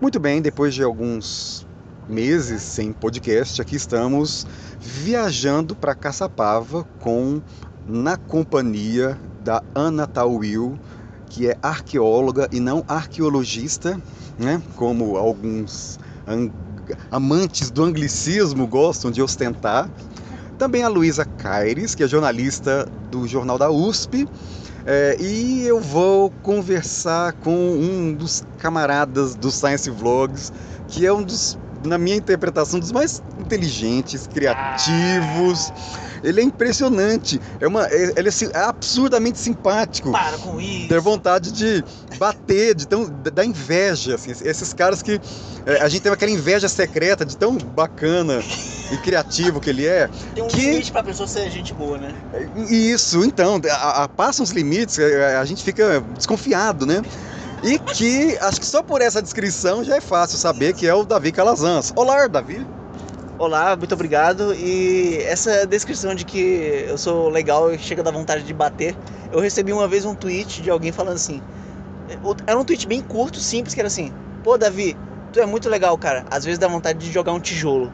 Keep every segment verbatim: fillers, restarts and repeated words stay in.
Muito bem, depois de alguns meses sem podcast, aqui estamos viajando para Caçapava com na companhia da Ana Tauil, que é arqueóloga e não arqueologista, né? Como alguns an- amantes do anglicismo gostam de ostentar. Também a Luísa Caires, que é jornalista do Jornal da U S P. É, e eu vou conversar com um dos camaradas do Science Vlogs, que é um dos, na minha interpretação, dos mais inteligentes, criativos. Ele é impressionante, é uma, é- ele é, assim, é absurdamente simpático. Para com isso. Ter vontade de bater, de tão, da inveja, assim, esses caras que é, a gente tem aquela inveja secreta de tão bacana e criativo que ele é. Tem um que... limite pra pessoa ser gente boa, né? Isso, então, a, a, passa uns limites, a, a gente fica desconfiado, né? E que, acho que só por essa descrição já é fácil saber que é o Davi Calazans. Olá, Davi. Olá, muito obrigado. E essa descrição de que eu sou legal e chega a dar vontade de bater, eu recebi uma vez um tweet de alguém falando assim, era um tweet bem curto, simples, que era assim: pô, Davi, tu é muito legal, cara, às vezes dá vontade de jogar um tijolo.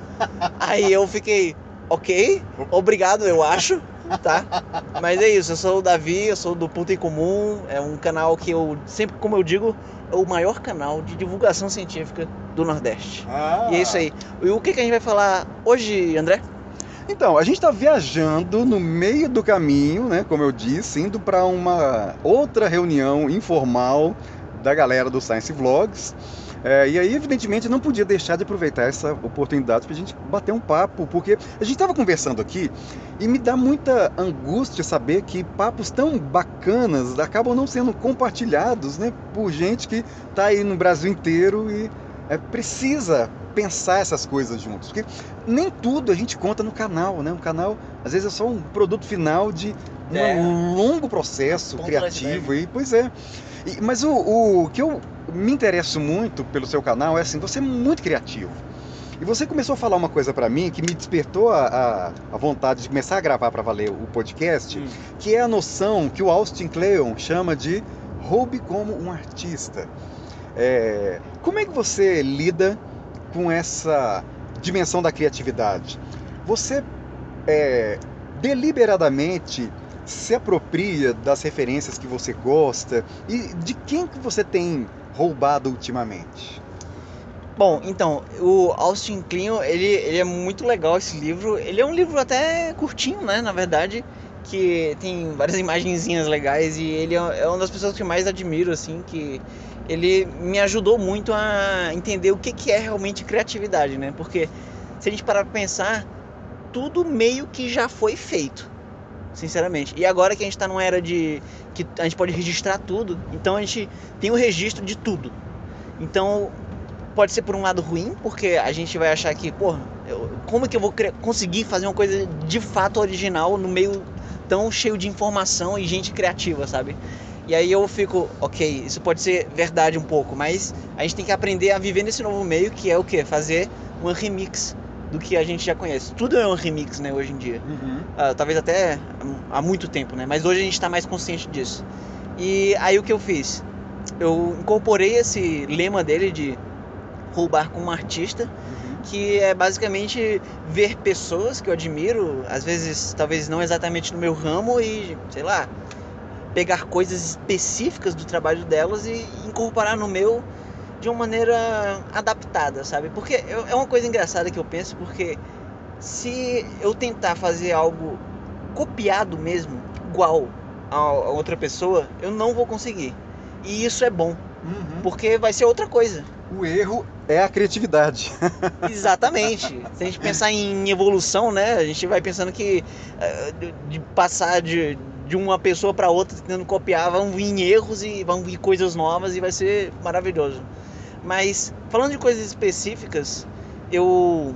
Aí eu fiquei, ok, obrigado, eu acho, tá? Mas é isso, eu sou o Davi, eu sou do Ponto em Comum, é um canal que eu, sempre como eu digo, é o maior canal de divulgação científica do Nordeste. Ah. E é isso aí. E o que, que a gente vai falar hoje, André? Então, a gente está viajando no meio do caminho, né, como eu disse, indo para uma outra reunião informal da galera do Science Vlogs. É, e aí, evidentemente, não podia deixar de aproveitar essa oportunidade para a gente bater um papo, porque a gente estava conversando aqui e me dá muita angústia saber que papos tão bacanas acabam não sendo compartilhados, né, por gente que está aí no Brasil inteiro e é, precisa pensar essas coisas juntos, porque nem tudo a gente conta no canal, né? Um canal, às vezes, é só um produto final de um É. longo processo Ponto criativo, e pois é. E, mas o, o que eu me interesso muito pelo seu canal é assim, você é muito criativo. E você começou a falar uma coisa pra mim que me despertou a, a, a vontade de começar a gravar pra valer o podcast, Hum. que é a noção que o Austin Kleon chama de roube como um artista. É, como é que você lida com essa dimensão da criatividade? Você é, deliberadamente se apropria das referências que você gosta e de quem que você tem roubado ultimamente? Bom, então, o Austin Kleon, ele, ele é muito legal esse livro. Ele é um livro até curtinho, né, na verdade, que tem várias imagenzinhas legais e ele é é uma das pessoas que eu mais admiro, assim, que ele me ajudou muito a entender o que, que é realmente criatividade, né? Porque se a gente parar pra pensar, tudo meio que já foi feito, sinceramente. E agora que a gente tá numa era de que a gente pode registrar tudo, então a gente tem o registro de tudo. Então, pode ser por um lado ruim, porque a gente vai achar que, pô, eu, como é que eu vou cre- conseguir fazer uma coisa de fato original no meio tão cheio de informação e gente criativa, sabe? E aí eu fico, ok, isso pode ser verdade um pouco, mas a gente tem que aprender a viver nesse novo meio, que é o quê? Fazer uma remix do que a gente já conhece. Tudo é um remix, né, hoje em dia. Uhum. Ah, talvez até há muito tempo, né? Mas hoje a gente tá mais consciente disso. E aí o que eu fiz? Eu incorporei esse lema dele de roubar como artista, que é basicamente ver pessoas que eu admiro, às vezes talvez não exatamente no meu ramo, e sei lá, pegar coisas específicas do trabalho delas e incorporar no meu de uma maneira adaptada, sabe? Porque eu- é uma coisa engraçada que eu penso, porque se eu tentar fazer algo copiado mesmo, igual a a outra pessoa, eu não vou conseguir. E isso é bom, Uhum. porque vai ser outra coisa. O erro é a criatividade. Exatamente. Se a gente pensar em evolução, né? A gente vai pensando que eh, de, de passar de, de uma pessoa para outra tentando copiar, vão vir erros e vão vir coisas novas e vai ser maravilhoso. Mas falando de coisas específicas, eu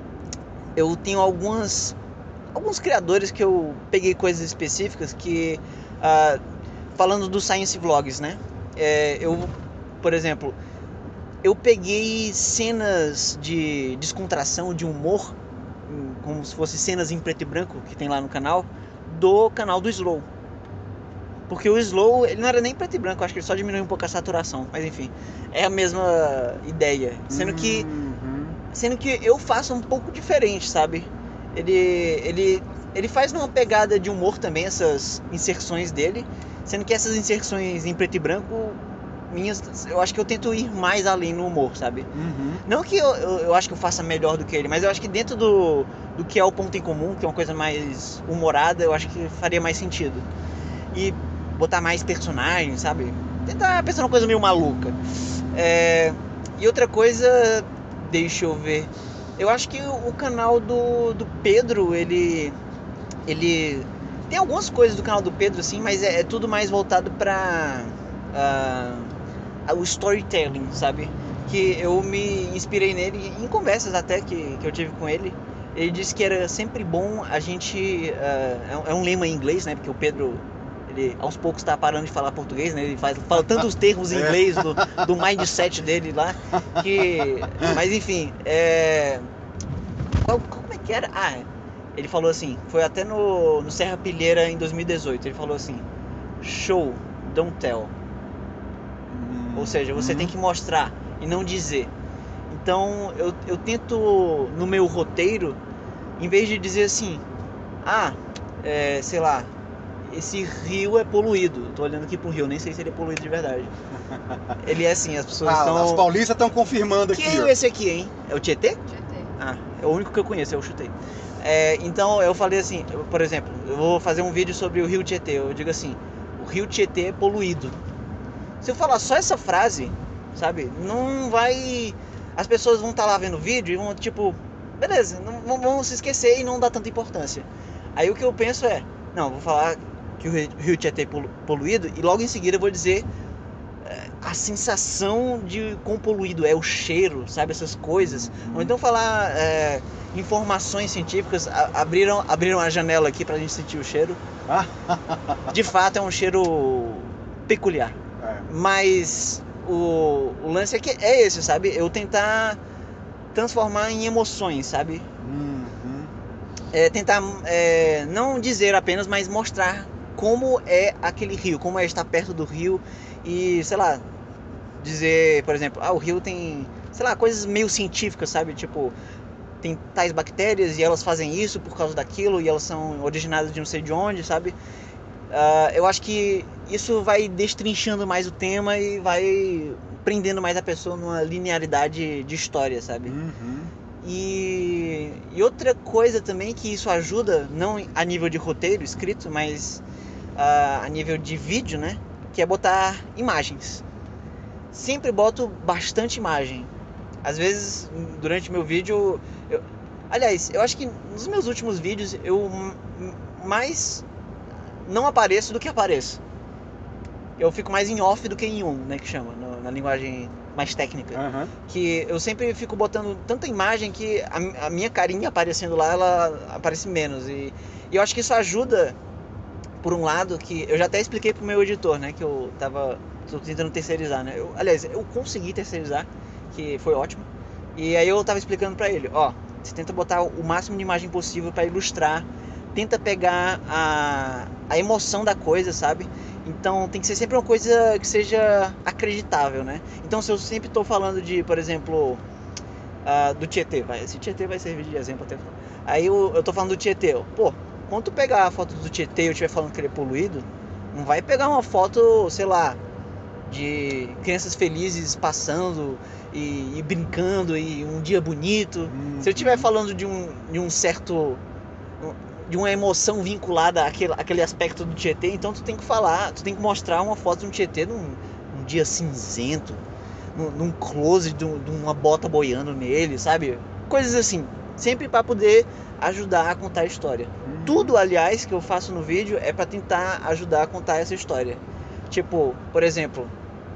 eu tenho algumas alguns criadores que eu peguei coisas específicas que ah, falando dos Science Vlogs, né? É, eu, por exemplo, eu peguei cenas de descontração, de humor, hum, como se fossem cenas em preto e branco que tem lá no canal, do canal do Slow. Porque o slow, ele não era nem preto e branco, eu acho que ele só diminuiu um pouco a saturação. Mas enfim, é a mesma ideia. Sendo que, Uhum. sendo que eu faço um pouco diferente, sabe? Ele, ele, ele faz numa pegada de humor também, essas inserções dele. Sendo que essas inserções em preto e branco, minhas, eu acho que eu tento ir mais além no humor, sabe? Uhum. Não que eu, eu, eu acho que eu faça melhor do que ele, mas eu acho que dentro do, do que é o ponto em comum, que é uma coisa mais humorada, eu acho que faria mais sentido. E botar mais personagens, sabe? Tentar pensar numa coisa meio maluca. É, e outra coisa, deixa eu ver. Eu acho que o, o canal do, do Pedro, ele. Ele. Tem algumas coisas do canal do Pedro, assim, mas é, é tudo mais voltado pra. Uh, o storytelling, sabe? Que eu me inspirei nele em conversas até que, que eu tive com ele. Ele disse que era sempre bom a gente. Uh, é um lema em inglês, né? Porque o Pedro. Ele aos poucos está parando de falar português, né? Ele faz, fala tantos termos em inglês do, do mindset dele lá. Que. Mas enfim, é. Qual, como é que era? Ah, ele falou assim, foi até no, no Serra Pilheira em dois mil e dezoito. Ele falou assim: show, don't tell. Uhum. Ou seja, você tem que mostrar e não dizer. Então eu, eu tento no meu roteiro, em vez de dizer assim, ah, é, sei lá, esse rio é poluído. Tô olhando aqui pro rio, nem sei se ele é poluído de verdade. Ele é assim, as pessoas Ah, estão. Os paulistas estão confirmando Que aqui. rio ó. é esse aqui, hein? É o Tietê? Tietê. Ah, é o único que eu conheço, eu chutei. É, então eu falei assim, eu, por exemplo, eu vou fazer um vídeo sobre o rio Tietê. Eu digo assim, o rio Tietê é poluído. Se eu falar só essa frase, sabe, não vai. As pessoas vão estar lá vendo o vídeo e vão tipo, beleza, não vão se esquecer e não dar tanta importância. Aí o que eu penso é, não, vou falar que o rio Tietê é poluído e logo em seguida eu vou dizer a sensação de quão poluído é, o cheiro, sabe, essas coisas. Ou então falar é, informações científicas, a, abriram, abriram a janela aqui pra gente sentir o cheiro. De fato é um cheiro peculiar. É. Mas o, o lance é que é esse, sabe? Eu tentar transformar em emoções, sabe? Uhum. É, tentar é, não dizer apenas, mas mostrar como é aquele rio, como é estar perto do rio e, sei lá, dizer, por exemplo, ah, o rio tem, sei lá, coisas meio científicas, sabe? Tipo, tem tais bactérias e elas fazem isso por causa daquilo e elas são originadas de não sei de onde, sabe? Uh, eu acho que isso vai destrinchando mais o tema e vai prendendo mais a pessoa numa linearidade de história, sabe? Uhum. E, e outra coisa também que isso ajuda, não a nível de roteiro escrito, mas uh, a nível de vídeo, né? Que é botar imagens. Sempre boto bastante imagem. Às vezes, durante meu vídeo... Eu, aliás, eu acho que nos meus últimos vídeos eu mais não apareço do que apareço. Eu fico mais em off do que em on, né, que chama, no, na linguagem mais técnica. Uhum. Que eu sempre fico botando tanta imagem que a, a minha carinha aparecendo lá, ela aparece menos. E, e eu acho que isso ajuda, por um lado, que eu já até expliquei pro meu editor, né, que eu tava... Tô tentando terceirizar, né? Eu, aliás, eu consegui terceirizar, que foi ótimo. E aí eu tava explicando pra ele, ó, você tenta botar o máximo de imagem possível pra ilustrar, tenta pegar a, a emoção da coisa, sabe? Então tem que ser sempre uma coisa que seja acreditável, né? Então se eu sempre tô falando de, por exemplo, uh, do Tietê, vai, esse Tietê vai servir de exemplo até. Aí eu, eu tô falando do Tietê, ó, pô, quando tu pegar a foto do Tietê e eu estiver falando que ele é poluído, não vai pegar uma foto, sei lá, de crianças felizes passando e, e brincando e um dia bonito. Uhum. Se eu estiver falando de um, de um certo... de uma emoção vinculada àquele, àquele aspecto do Tietê, então tu tem que falar, tu tem que mostrar uma foto de um Tietê num, num dia cinzento, num, num close de, um, de uma bota boiando nele, sabe? Coisas assim, sempre para poder ajudar a contar a história. Uhum. Tudo, aliás, que eu faço no vídeo é para tentar ajudar a contar essa história. Tipo, por exemplo,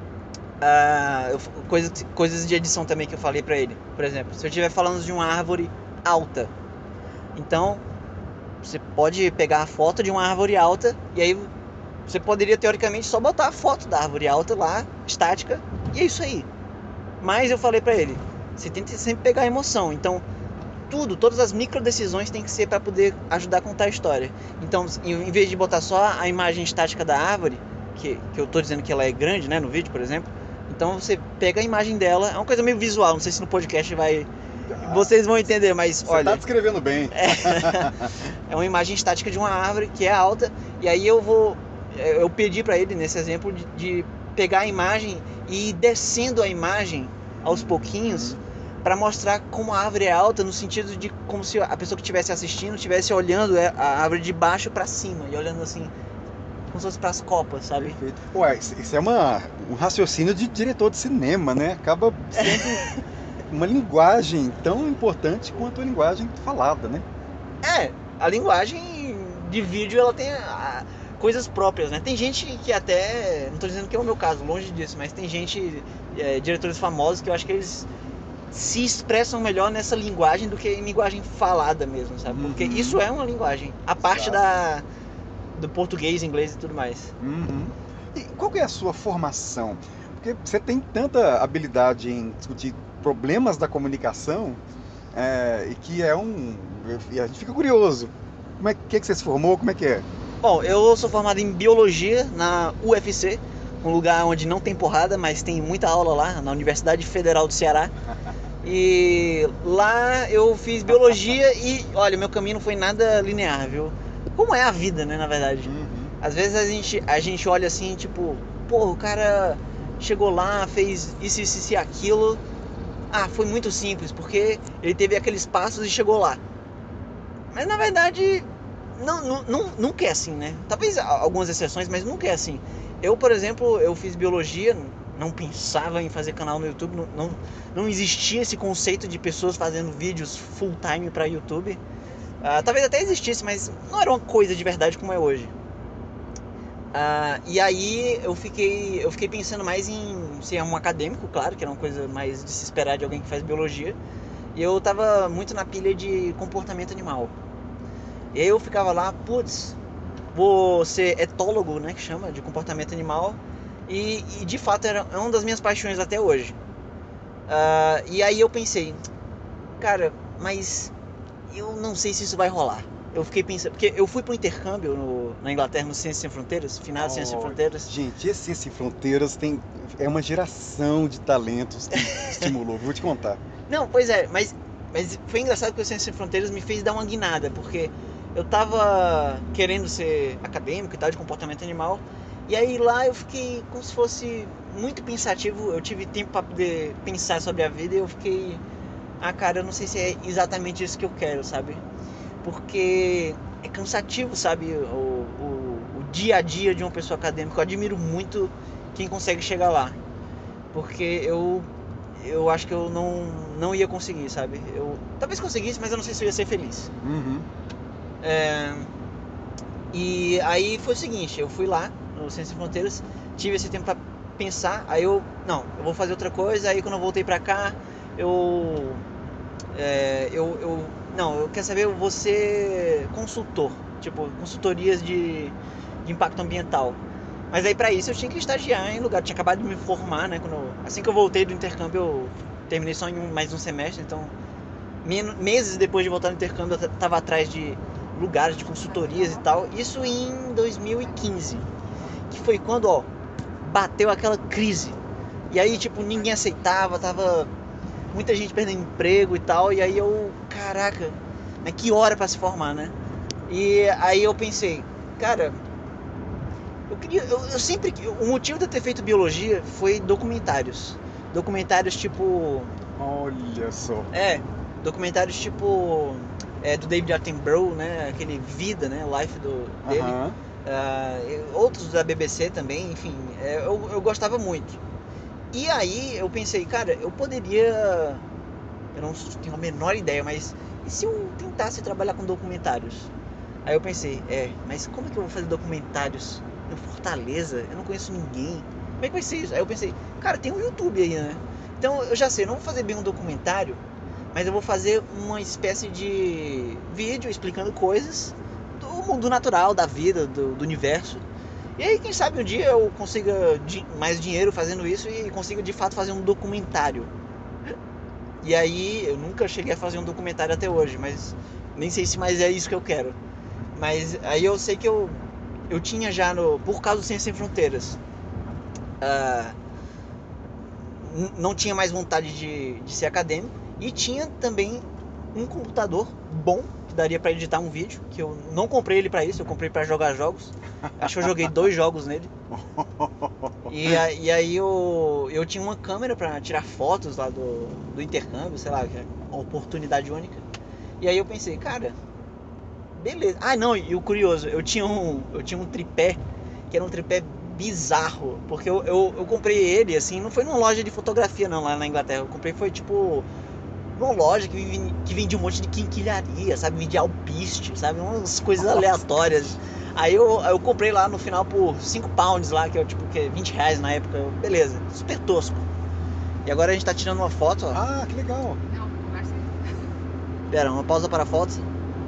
uh, eu, coisas, coisas de edição também que eu falei pra ele. Por exemplo, se eu estiver falando de uma árvore alta, então você pode pegar a foto de uma árvore alta e aí você poderia teoricamente só botar a foto da árvore alta lá, estática, e é isso aí. Mas eu falei pra ele, você tenta sempre pegar a emoção. Então, tudo, todas as micro decisões tem que ser para poder ajudar a contar a história. Então, em vez de botar só a imagem estática da árvore, que, que eu tô dizendo que ela é grande, né, no vídeo, por exemplo, então você pega a imagem dela, é uma coisa meio visual, não sei se no podcast vai... Vocês vão entender, mas Você olha... tá descrevendo bem. É, é uma imagem estática de uma árvore que é alta, e aí eu vou... Eu pedi para ele, nesse exemplo, de, de pegar a imagem e ir descendo a imagem aos pouquinhos, para mostrar como a árvore é alta, no sentido de como se a pessoa que estivesse assistindo estivesse olhando a árvore de baixo para cima, e olhando assim, como se fosse para as copas, sabe? Perfeito. Ué, isso é uma, um raciocínio de diretor de cinema, né? Acaba sendo uma linguagem tão importante quanto a linguagem falada, né? É, a linguagem de vídeo, ela tem a, coisas próprias, né? Tem gente que até, não estou dizendo que é o meu caso, longe disso, mas tem gente, é, diretores famosos, que eu acho que eles se expressam melhor nessa linguagem do que em linguagem falada mesmo, sabe? Porque Uhum. isso é uma linguagem, a parte Exato. da, do português, inglês e tudo mais. Uhum. E qual que é a sua formação? Porque você tem tanta habilidade em discutir problemas da comunicação, é, e que é um... E a gente fica curioso. Como é que, que você se formou? Como é que é? Bom, eu sou formado em Biologia na U F C, um lugar onde não tem porrada, mas tem muita aula lá, na Universidade Federal do Ceará. E lá eu fiz Biologia e, olha, meu caminho não foi nada linear, viu? Como é a vida, né, na verdade. Uhum. Às vezes a gente, a gente olha assim, tipo, pô, o cara chegou lá, fez isso, isso, isso e aquilo. Ah, foi muito simples, porque ele teve aqueles passos e chegou lá. Mas na verdade, não, não, não, nunca é assim, né? Talvez algumas exceções, mas nunca é assim. Eu, por exemplo, eu fiz biologia, não pensava em fazer canal no YouTube, não, não, não existia esse conceito de pessoas fazendo vídeos full time para YouTube. Ah, talvez até existisse, mas não era uma coisa de verdade como é hoje. Ah, e aí eu fiquei, eu fiquei pensando mais em ser um acadêmico, claro, que era uma coisa mais de se esperar de alguém que faz biologia. E eu tava muito na pilha de comportamento animal. E aí eu ficava lá, putz, vou ser etólogo, né, que chama, de comportamento animal. E, e de fato era é uma das minhas paixões até hoje. Ah, e aí eu pensei, cara, mas eu não sei se isso vai rolar. Eu fiquei pensando, porque eu fui pro intercâmbio no, na Inglaterra, no Ciências Sem Fronteiras, final de Ciências Sem Oh, Fronteiras. gente, esse Ciências Sem Fronteiras tem, é uma geração de talentos que estimulou, vou te contar. Não, pois é, mas, mas foi engraçado que o Ciências Sem Fronteiras me fez dar uma guinada, porque eu tava querendo ser acadêmico e tal, de comportamento animal, e aí lá eu fiquei como se fosse muito pensativo, eu tive tempo para poder pensar sobre a vida e eu fiquei, ah cara, eu não sei se é exatamente isso que eu quero, sabe? Porque é cansativo, sabe, o, o, o dia a dia de uma pessoa acadêmica. Eu admiro muito quem consegue chegar lá, porque eu eu acho que eu não, não ia conseguir, sabe? Eu talvez conseguisse, mas eu não sei se eu ia ser feliz. Uhum. É, e aí foi o seguinte, eu fui lá no Ciências Sem Fronteiras, tive esse tempo pra pensar, aí eu, não, eu vou fazer outra coisa, aí quando eu voltei pra cá, eu, é, eu, eu, não, eu quero saber, eu vou ser consultor, tipo, consultorias de, de impacto ambiental. Mas aí pra isso eu tinha que estagiar em lugar, eu tinha acabado de me formar, né, quando eu, assim que eu voltei do intercâmbio, eu terminei só em um, mais um semestre, então meses depois de voltar do intercâmbio eu tava atrás de lugares de consultorias e tal, isso em dois mil e quinze, que foi quando, ó, bateu aquela crise, e aí, tipo, ninguém aceitava, tava muita gente perdendo emprego e tal, e aí eu, caraca, mas que hora pra se formar, né? E aí eu pensei, cara, eu queria, eu, eu sempre, o motivo de eu ter feito biologia foi documentários, documentários tipo, Olha só. é, documentários tipo é, do David Attenborough, né? Aquele Vida, né? Life do, dele. Aham. Uh, outros da B B C também, enfim, é, eu, eu gostava muito. E aí eu pensei, cara, eu poderia. Eu não tenho a menor ideia, mas e se eu tentasse trabalhar com documentários? Aí eu pensei, é, mas como é que eu vou fazer documentários em Fortaleza? Eu não conheço ninguém. Como é que vai ser isso? Aí eu pensei, cara, tem um YouTube aí, né? Então eu já sei, eu não vou fazer bem um documentário, mas eu vou fazer uma espécie de vídeo explicando coisas do mundo natural, da vida, do, do universo. E aí, quem sabe um dia eu consiga mais dinheiro fazendo isso e consiga de fato fazer um documentário. E aí, eu nunca cheguei a fazer um documentário até hoje, mas nem sei se mais é isso que eu quero. Mas aí eu sei que eu, eu tinha já, no, por causa do Ciência Sem Fronteiras, uh, n- não tinha mais vontade de, de ser acadêmico. E tinha também um computador bom, que daria pra editar um vídeo, que eu não comprei ele pra isso, eu comprei pra jogar jogos. Acho que eu joguei dois jogos nele. E, a- e aí eu, eu tinha uma câmera pra tirar fotos lá do, do intercâmbio, sei lá, que é uma oportunidade única. E aí eu pensei, cara, beleza. Ah, não, e o curioso, eu tinha um, eu tinha um tripé, que era um tripé bizarro, porque eu, eu, eu comprei ele, assim, não foi numa loja de fotografia não, lá na Inglaterra. Eu comprei, foi tipo, numa loja que, ven- que vendia um monte de quinquilharia, sabe, vendia alpiste, sabe, umas coisas aleatórias. Aí eu, eu comprei lá no final por cinco pounds lá, que é tipo que, vinte reais na época. Eu, beleza, super tosco. E agora a gente tá tirando uma foto, ó. Ah, que legal. Não, conversa aí. Pera, uma pausa para fotos.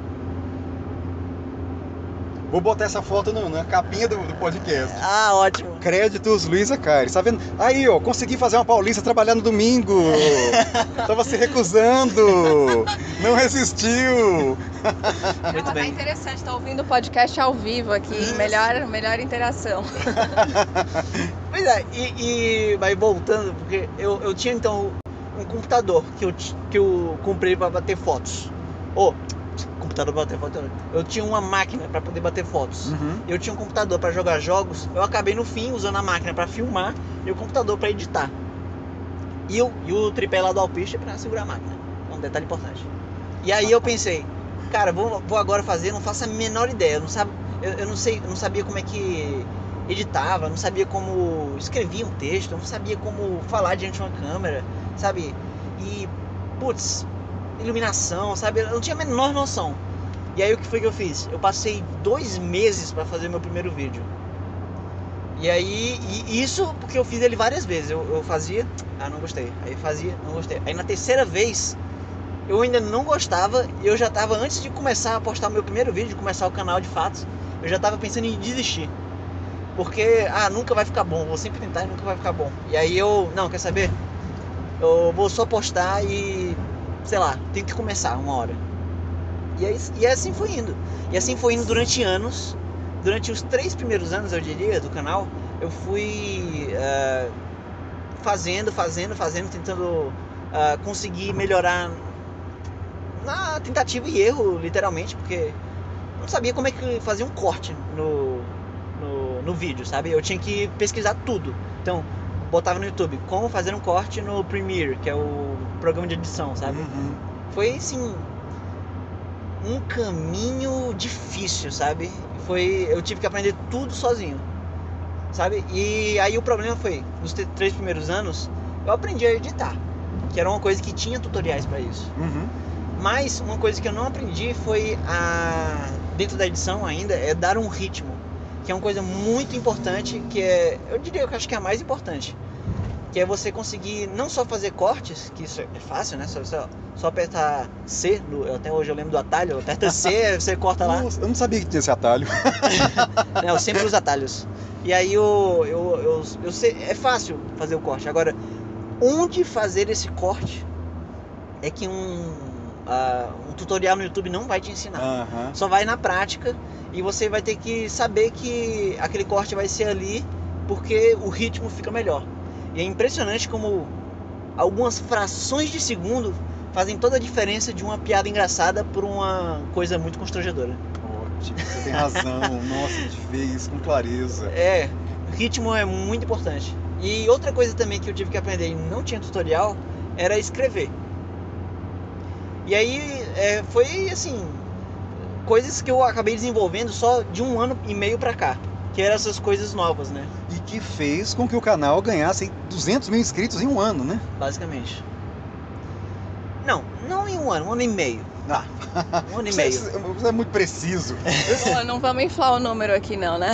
Vou botar essa foto no- na capinha do, do podcast. Ah, ótimo. Créditos Luiz Acares, tá vendo? Aí, ó, consegui fazer uma paulista trabalhar no domingo. Tava se recusando. Não resistiu. Muito Tá bem. interessante, tá ouvindo o podcast ao vivo aqui. Isso. Melhor, melhor interação. Pois é, e, e vai voltando, porque eu, eu tinha então um computador que eu, ti- que eu comprei para bater fotos. Ou, computador para bater fotos. Eu tinha uma máquina para poder bater fotos. Uhum. Eu tinha um computador para jogar jogos. Eu acabei no fim usando a máquina para filmar e o computador para editar. E o, e o tripé lá do alpiste para segurar a máquina. É um detalhe importante. E aí eu pensei, cara, vou, vou agora fazer, não faço a menor ideia. Eu não, sabe, eu, eu não sei, eu não sabia como é que editava, não sabia como escrevia um texto, eu não sabia como falar diante de uma câmera, sabe? E, putz, iluminação, sabe? Eu não tinha a menor noção. E aí o que foi que eu fiz? Eu passei dois meses para fazer meu primeiro vídeo. E aí, e isso porque eu fiz ele várias vezes. Eu, eu fazia, ah, não gostei. Aí fazia, não gostei. Aí na terceira vez, eu ainda não gostava. Eu já tava, antes de começar a postar meu primeiro vídeo, de começar o canal de fato, eu já tava pensando em desistir. Porque, ah, nunca vai ficar bom, vou sempre tentar e nunca vai ficar bom. E aí eu, não, quer saber? Eu vou só postar e, sei lá, tem que começar uma hora. E, aí, e assim foi indo. E assim foi indo durante anos. Durante os três primeiros anos, eu diria, do canal, eu fui uh, fazendo, fazendo, fazendo, tentando uh, conseguir melhorar na tentativa e erro, literalmente, porque eu não sabia como é que fazia um corte no, no, no vídeo, sabe? Eu tinha que pesquisar tudo. Então, botava no YouTube como fazer um corte no Premiere, que é o programa de edição, sabe? Uhum. Foi, assim, um caminho difícil, sabe? Foi, eu tive que aprender tudo sozinho, sabe? E aí o problema foi, nos t- três primeiros anos, eu aprendi a editar, que era uma coisa que tinha tutoriais para isso. Uhum. Mas uma coisa que eu não aprendi foi a, dentro da edição ainda, é dar um ritmo, que é uma coisa muito importante, que é, eu diria que eu acho que é a mais importante, que é você conseguir não só fazer cortes, que isso é fácil, né? Só, só, só apertar C, no, até hoje eu lembro do atalho, aperta C, você corta lá. Nossa, eu não sabia que tinha esse atalho. Né, eu sempre uso atalhos. E aí eu, eu, eu, eu sei, é fácil fazer o corte. Agora, onde fazer esse corte é que um, uh, um tutorial no YouTube não vai te ensinar. Aham. Só vai na prática e você vai ter que saber que aquele corte vai ser ali porque o ritmo fica melhor. E é impressionante como algumas frações de segundo fazem toda a diferença de uma piada engraçada por uma coisa muito constrangedora. Ótimo, você tem razão. Nossa, de ver isso com clareza. É, ritmo é muito importante. E outra coisa também que eu tive que aprender e não tinha tutorial era escrever. E aí é, foi assim, coisas que eu acabei desenvolvendo só de um ano e meio pra cá, que eram essas coisas novas, né? E que fez com que o canal ganhasse duzentos mil inscritos em um ano, né? Basicamente. Não, não em um ano, um ano e meio. Ah, Um ano e você, meio. você é muito preciso. Pô, não vamos inflar o número aqui não, né?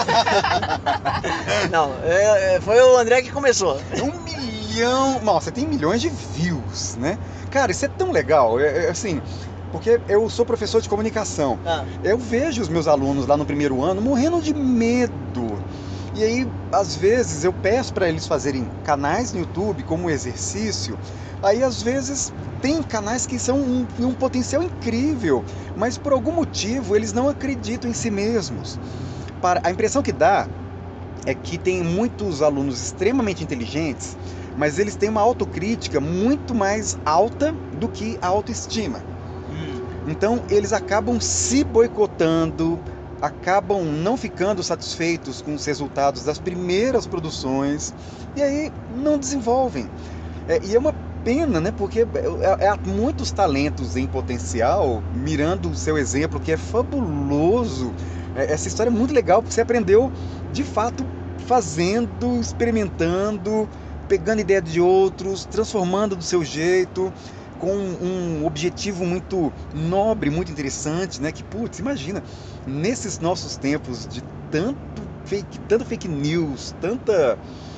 Não, é, é, foi o André que começou. Um milhão. Nossa, tem milhões de views, né? Cara, isso é tão legal. É, é, assim, porque eu sou professor de comunicação. Ah, Eu vejo os meus alunos lá no primeiro ano morrendo de medo. E aí, às vezes, eu peço para eles fazerem canais no YouTube como exercício. Aí, às vezes, tem canais que são um, um potencial incrível, mas por algum motivo eles não acreditam em si mesmos. Para, a impressão que dá é que tem muitos alunos extremamente inteligentes, mas eles têm uma autocrítica muito mais alta do que a autoestima. Hum. Então, eles acabam se boicotando, acabam não ficando satisfeitos com os resultados das primeiras produções e aí não desenvolvem. É, e é uma pena, né? Porque é, é, muitos talentos em potencial, mirando o seu exemplo, que é fabuloso. É, essa história é muito legal, porque você aprendeu, de fato, fazendo, experimentando, pegando ideia de outros, transformando do seu jeito, com um objetivo muito nobre, muito interessante, né? Que, putz, imagina, nesses nossos tempos de tanto fake, tanta fake news, tanta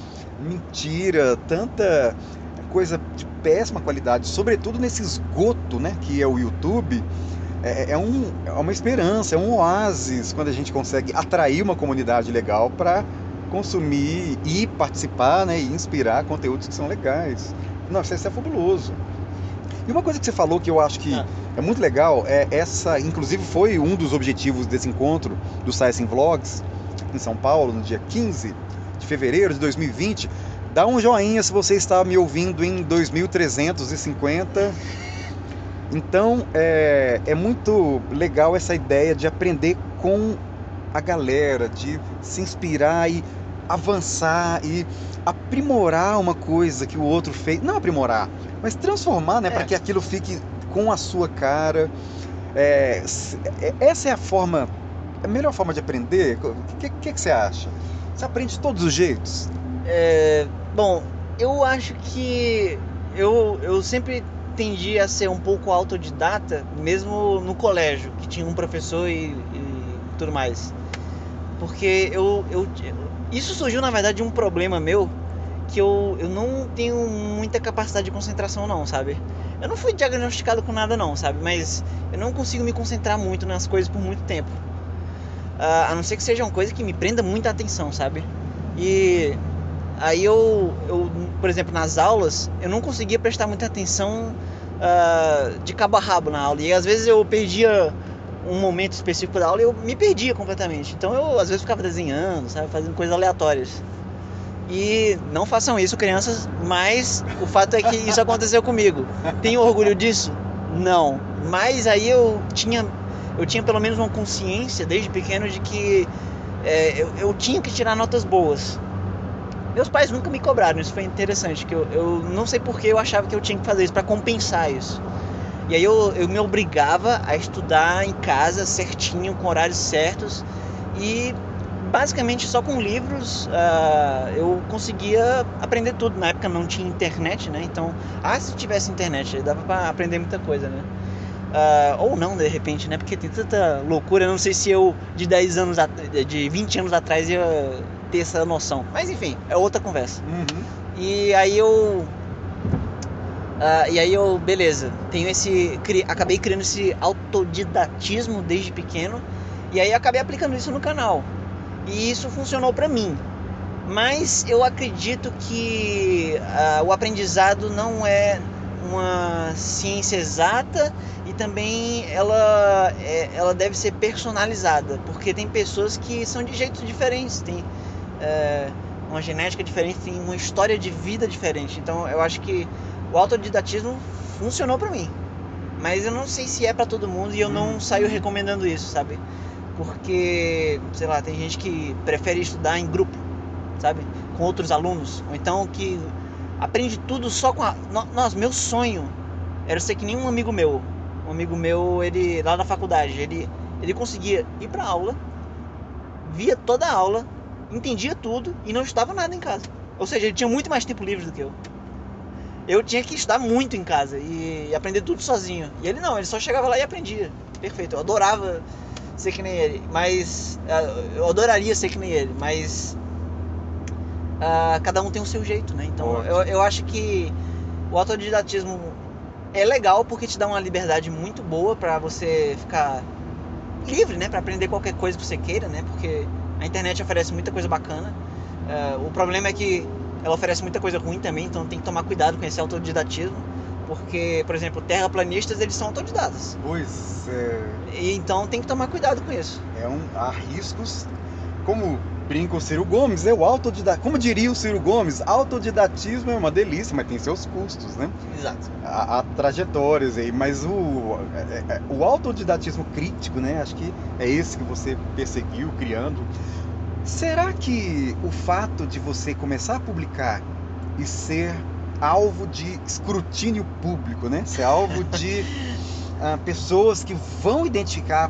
mentira, tanta coisa de péssima qualidade, sobretudo nesse esgoto, né, que é o YouTube, é, é, um, é uma esperança, é um oásis quando a gente consegue atrair uma comunidade legal para consumir e participar, né, e inspirar conteúdos que são legais. Nossa, isso é fabuloso. E uma coisa que você falou que eu acho que ah. é muito legal, é essa, inclusive foi um dos objetivos desse encontro do Science in Vlogs, em São Paulo, no dia quinze de fevereiro de dois mil e vinte. Dá um joinha se você está me ouvindo em dois mil trezentos e cinquenta. Então, é, é muito legal essa ideia de aprender com a galera, de se inspirar e avançar e aprimorar uma coisa que o outro fez. Não aprimorar, mas transformar, né, é. para que aquilo fique com a sua cara. É, essa é a forma, a melhor forma de aprender. O que, que, que você acha? Você aprende de todos os jeitos? É, bom, eu acho que eu, eu sempre tendi a ser um pouco autodidata, mesmo no colégio, que tinha um professor e, e tudo mais. Porque eu, eu, isso surgiu, na verdade, de um problema meu, que eu, eu não tenho muita capacidade de concentração não, sabe? Eu não fui diagnosticado com nada não, sabe? Mas eu não consigo me concentrar muito nas coisas por muito tempo. Uh, a não ser que seja uma coisa que me prenda muita atenção, sabe? E aí eu, eu, por exemplo, nas aulas, eu não conseguia prestar muita atenção uh, de cabo a rabo na aula. E às vezes eu perdia um momento específico da aula e eu me perdia completamente. Então eu às vezes ficava desenhando, sabe? Fazendo coisas aleatórias. E não façam isso, crianças, mas o fato é que isso aconteceu comigo. Tenho orgulho disso? Não. Mas aí eu tinha, eu tinha pelo menos uma consciência desde pequeno de que é, eu, eu tinha que tirar notas boas. Meus pais nunca me cobraram, isso foi interessante, que eu, eu não sei porque eu achava que eu tinha que fazer isso para compensar isso. E aí eu, eu me obrigava a estudar em casa certinho, com horários certos, e basicamente só com livros uh, eu conseguia aprender tudo. Na época não tinha internet, né? Então, ah, se tivesse internet, dava para aprender muita coisa, né? Uh, ou não, de repente, né? Porque tem tanta loucura, eu não sei se eu de dez anos, de vinte anos atrás ia ter essa noção. Mas enfim, é outra conversa. Uhum. E aí eu... Uh, e aí eu, beleza, tenho esse... Cri, acabei criando esse autodidatismo desde pequeno. E aí acabei aplicando isso no canal. E isso funcionou pra mim. Mas eu acredito que uh, o aprendizado não é uma ciência exata e também ela, é, ela deve ser personalizada, porque tem pessoas que são de jeitos diferentes, tem é, uma genética diferente, tem uma história de vida diferente. Então eu acho que o autodidatismo funcionou pra mim, mas eu não sei se é pra todo mundo e eu não saio recomendando isso, sabe? Porque, sei lá, tem gente que prefere estudar em grupo, sabe? Com outros alunos, ou então que aprende tudo só com a... Nossa, meu sonho era ser que nem um amigo meu. Um amigo meu, ele lá na faculdade, ele, ele conseguia ir pra aula, via toda a aula, entendia tudo e não estudava nada em casa. Ou seja, ele tinha muito mais tempo livre do que eu. Eu tinha que estudar muito em casa e, e aprender tudo sozinho. E ele não, ele só chegava lá e aprendia. Perfeito, eu adorava ser que nem ele, mas eu adoraria ser que nem ele, mas uh, cada um tem o seu jeito, né? Então eu, eu acho que o autodidatismo é legal porque te dá uma liberdade muito boa pra você ficar livre, né? Pra aprender qualquer coisa que você queira, né? Porque a internet oferece muita coisa bacana, É, o problema é que ela oferece muita coisa ruim também, então tem que tomar cuidado com esse autodidatismo, porque, por exemplo, terraplanistas, eles são autodidatas. Pois é, E então tem que tomar cuidado com isso. é um, há riscos, como brinca o Ciro Gomes, é o autodidatismo, como diria o Ciro Gomes, autodidatismo é uma delícia, mas tem seus custos, né? Exato. Há, há trajetórias aí, mas o, é, é, o autodidatismo crítico, né? Acho que é esse que você perseguiu, criando. Será que o fato de você começar a publicar e ser alvo de escrutínio público, né? Ser alvo de ah, pessoas que vão identificar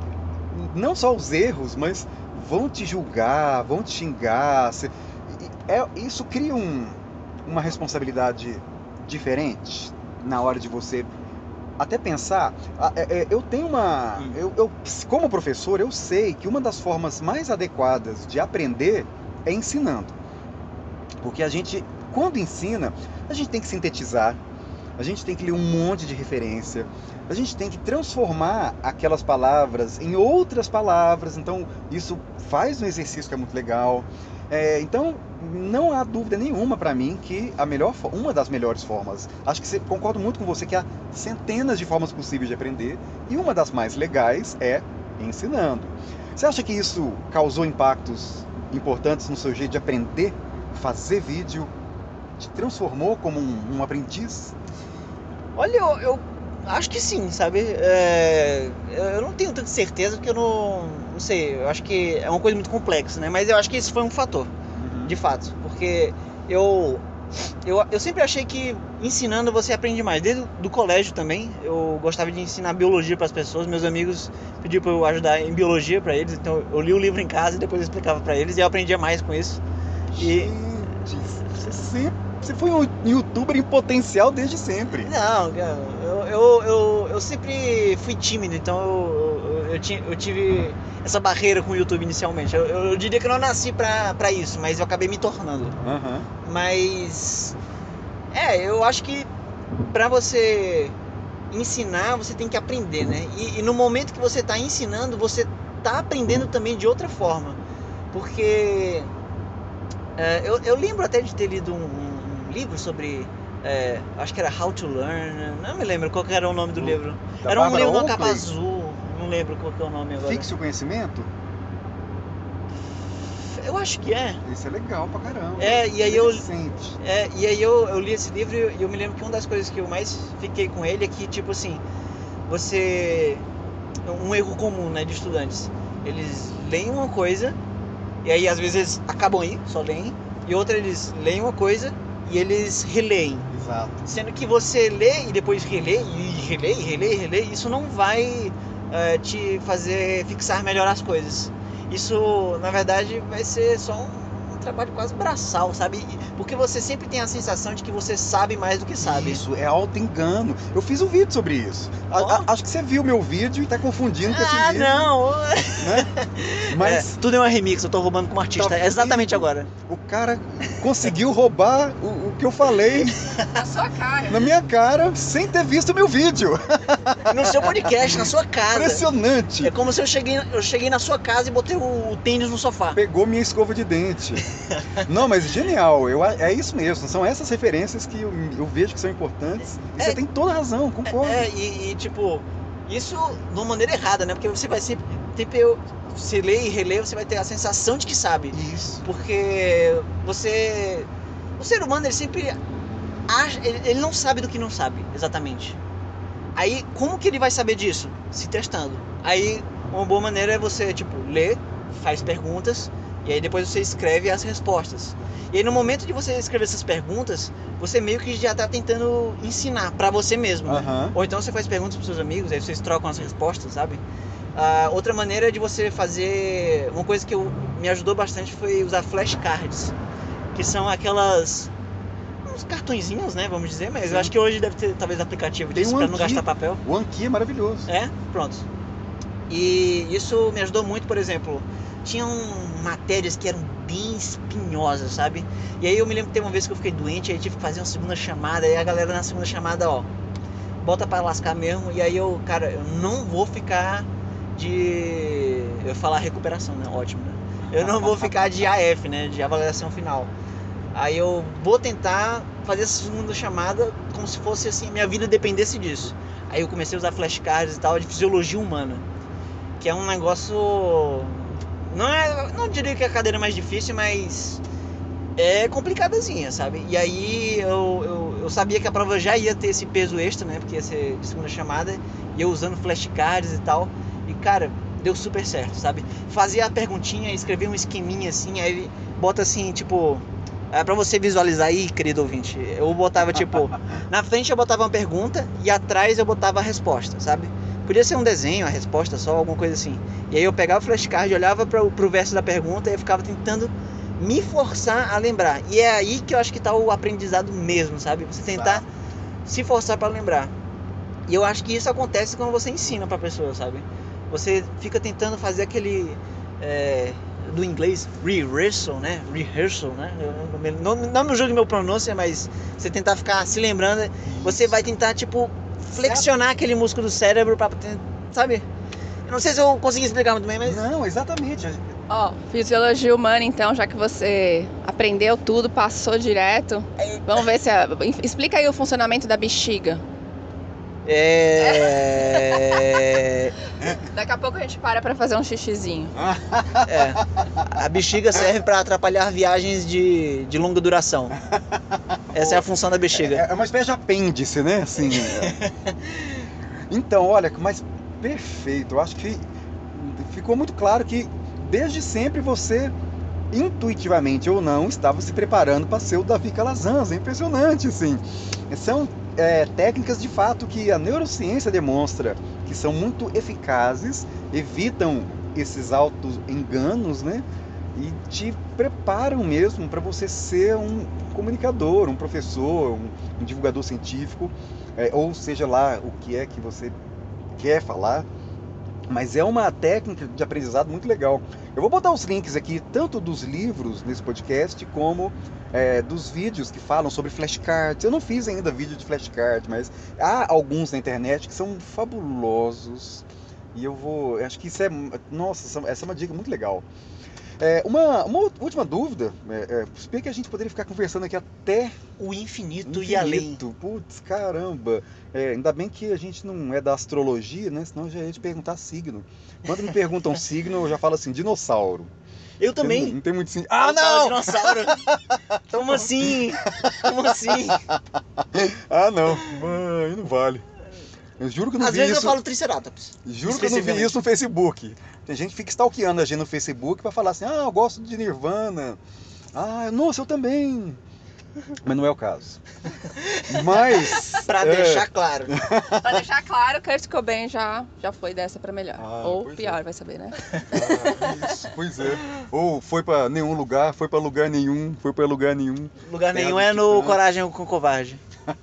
não só os erros, mas vão te julgar, vão te xingar. se- é- isso cria um- uma responsabilidade diferente na hora de você até pensar. Ah, é- é, eu tenho uma. Hum. Eu, eu, como professor, eu sei que uma das formas mais adequadas de aprender é ensinando. Porque a gente, quando ensina, a gente tem que sintetizar, a gente tem que ler um monte de referência, a gente tem que transformar aquelas palavras em outras palavras. Então, isso faz um exercício que é muito legal. É, então, não há dúvida nenhuma para mim que a melhor, fo- uma das melhores formas, acho que você, concordo muito com você que há centenas de formas possíveis de aprender e uma das mais legais é ensinando. Você acha que isso causou impactos importantes no seu jeito de aprender, fazer vídeo, te transformou como um, um aprendiz? Olha, eu, eu acho que sim, sabe? É, eu não tenho tanta certeza porque eu não, não sei, eu acho que é uma coisa muito complexa, né? Mas eu acho que isso foi um fator, Uhum. de fato, porque eu, eu, eu sempre achei que ensinando você aprende mais. Desde o colégio também, eu gostava de ensinar biologia para as pessoas. Meus amigos pediam para eu ajudar em biologia para eles, então eu li o livro em casa e depois eu explicava para eles e eu aprendia mais com isso. E Gente, você sempre, você foi um youtuber em potencial desde sempre. não, cara, eu, eu, eu, eu sempre fui tímido, então eu, eu, eu, ti- eu tive essa barreira com o YouTube inicialmente. Eu, eu diria que eu não nasci pra, pra isso, mas eu acabei me tornando. Aham. Mas, é, eu acho que pra você ensinar, você tem que aprender, né? E, e no momento que você tá ensinando, você tá aprendendo também de outra forma. Porque é, eu, eu lembro até de ter lido um, um livro sobre. É, acho que era How to Learn, não me lembro qual que era o nome do Do- livro. Da Era um Barbara livro numa capa Oakley, azul, não lembro qual que é o nome agora. Fixe o Conhecimento? Eu acho que é. Isso é legal pra caramba. É, e aí Ele é eu- recente. É, e aí eu, eu li esse livro e eu me lembro que uma das coisas que eu mais fiquei com ele é que, tipo assim, você. Um erro comum, né, de estudantes. Eles leem uma coisa, e aí às vezes eles acabam aí, só leem, e outra eles leem uma coisa e eles releem. Exato. Sendo que você lê e depois relê, e relê, e relê, e relê, isso não vai eh, te fazer fixar melhor as coisas. Isso, na verdade, vai ser só um, um trabalho quase braçal, sabe? E- Porque você sempre tem a sensação de que você sabe mais do que sabe. Isso, é auto-engano. Eu fiz um vídeo sobre isso. A- Ó. a- acho que você viu meu vídeo e tá confundindo com esse Ah, livro. não! Né? Mas É, tudo é uma remix, eu tô roubando como artista. Tá É exatamente vendo? agora. o cara conseguiu roubar o, o que eu falei Na sua cara. na minha cara sem ter visto meu vídeo. No seu podcast, na sua casa. Impressionante. É como se eu cheguei, eu cheguei na sua casa e botei o, o tênis no sofá. Pegou minha escova de dente. Não, mas genial. Eu, a- é isso mesmo. São essas referências que eu, eu vejo que são importantes. E É. você tem toda a razão, concordo. É, e, e, tipo, isso de uma maneira errada, né? Porque você vai sempre. Sempre eu, se lê e relê, você vai ter a sensação de que sabe. Isso. Porque você. O ser humano, ele sempre acha. Ele, ele não sabe do que não sabe, exatamente. Aí, como que ele vai saber disso? Se testando. Aí, uma boa maneira é você, tipo, ler, faz perguntas, e aí depois você escreve as respostas. E aí, no momento de você escrever essas perguntas, você meio que já tá tentando ensinar pra você mesmo, né? Aham. Ou então você faz perguntas pros seus amigos, aí vocês trocam as respostas, sabe? Ah, outra maneira de você fazer. Uma coisa que eu, me ajudou bastante foi usar flashcards, que são aquelas. Uns cartõezinhos, né? Vamos dizer, mas Sim. eu acho que hoje deve ter talvez aplicativo Tem disso um pra não aqui. gastar papel. O Anki é maravilhoso. É? Pronto. E isso me ajudou muito, por exemplo, tinham matérias que eram bem espinhosas, sabe? E aí eu me lembro que teve uma vez que eu fiquei doente, aí tive que fazer uma segunda chamada, e a galera na segunda chamada, ó, bota pra lascar mesmo, e aí eu, cara, eu não vou ficar de... eu ia falar recuperação, né? Ótimo, né? Eu não vou ficar de A F, né? De avaliação final. Aí eu vou tentar fazer essa segunda chamada como se fosse assim, minha vida dependesse disso. Aí eu comecei a usar flashcards e tal de fisiologia humana, que é um negócio, não é, não diria que é a cadeira mais difícil, mas é complicadazinha, sabe? E aí eu, eu, eu sabia que a prova já ia ter esse peso extra, né? Porque ia ser de segunda chamada, e eu usando flashcards e tal. E cara, deu super certo, sabe? Fazia a perguntinha, escrevia um esqueminha assim, aí bota assim, tipo, é pra você visualizar aí, querido ouvinte. Eu botava tipo, na frente eu botava uma pergunta e atrás eu botava a resposta, sabe? Podia ser um desenho, a resposta só, alguma coisa assim. E aí eu pegava o flashcard, olhava pro, pro verso da pergunta e eu ficava tentando me forçar a lembrar. E é aí que eu acho que tá o aprendizado mesmo, sabe? Você tentar Exato. se forçar para lembrar. E eu acho que isso acontece quando você ensina pra pessoa, sabe? Você fica tentando fazer aquele... É, do inglês, rehearsal, né? Rehearsal, né? Eu não, não, não me julgue meu pronúncia, mas você tentar ficar se lembrando, você vai tentar, tipo, flexionar aquele músculo do cérebro pra... Sabe? Eu não sei se eu consegui explicar muito bem, mas... Não, exatamente. Ó, fisiologia humana, então, já que você aprendeu tudo, passou direto, vamos ver se... A... Explica aí o funcionamento da bexiga. É... Daqui a pouco a gente para pra fazer um xixizinho. é. A bexiga serve pra atrapalhar viagens de, de longa duração. Essa é a função da bexiga. É, é uma espécie de apêndice, né? Assim, é. Então, olha, mas perfeito. Eu acho que ficou muito claro que desde sempre você, intuitivamente ou não, estava se preparando para ser o Davi Calazans. É impressionante, assim. São é, técnicas de fato que a neurociência demonstra que são muito eficazes, evitam esses autos enganos, né? E te preparam mesmo para você ser um comunicador, um professor, um, um divulgador científico, é, ou seja lá o que é que você quer falar. Mas é uma técnica de aprendizado muito legal. Eu vou botar os links aqui, tanto dos livros nesse podcast, como é, dos vídeos que falam sobre flashcards. Eu não fiz ainda vídeo de flashcard, mas há alguns na internet que são fabulosos. E eu vou... Acho que isso é... Nossa, essa é uma dica muito legal. É, uma, uma última dúvida, é, é, que a gente poderia ficar conversando aqui até o infinito, infinito. e além. Putz, caramba. É, ainda bem que a gente não é da astrologia, né? Senão eu já ia te perguntar signo. Quando me perguntam signo, eu já falo assim, dinossauro. Eu também. Não, não tem muito signo. Ah, Ah, não! não! Dinossauro. Como assim? Como assim? Ah, não. Aí não vale. Eu juro que eu não Às vi vezes isso. eu falo Triceratops. Juro que eu não vi isso no Facebook. Tem gente que fica stalkeando a gente no Facebook pra falar assim, ah, eu gosto de Nirvana. Ah, nossa, eu também. Mas não é o caso. Mas... Pra é... deixar claro. Pra deixar claro, Kurt Cobain já, já foi dessa pra melhor. Ah, Ou pois pior, é. vai saber, né? Ah, isso, pois é. Ou foi pra nenhum lugar, foi pra lugar nenhum, foi pra lugar nenhum. Lugar Terra nenhum dos é no Titãs. Coragem com Covarde.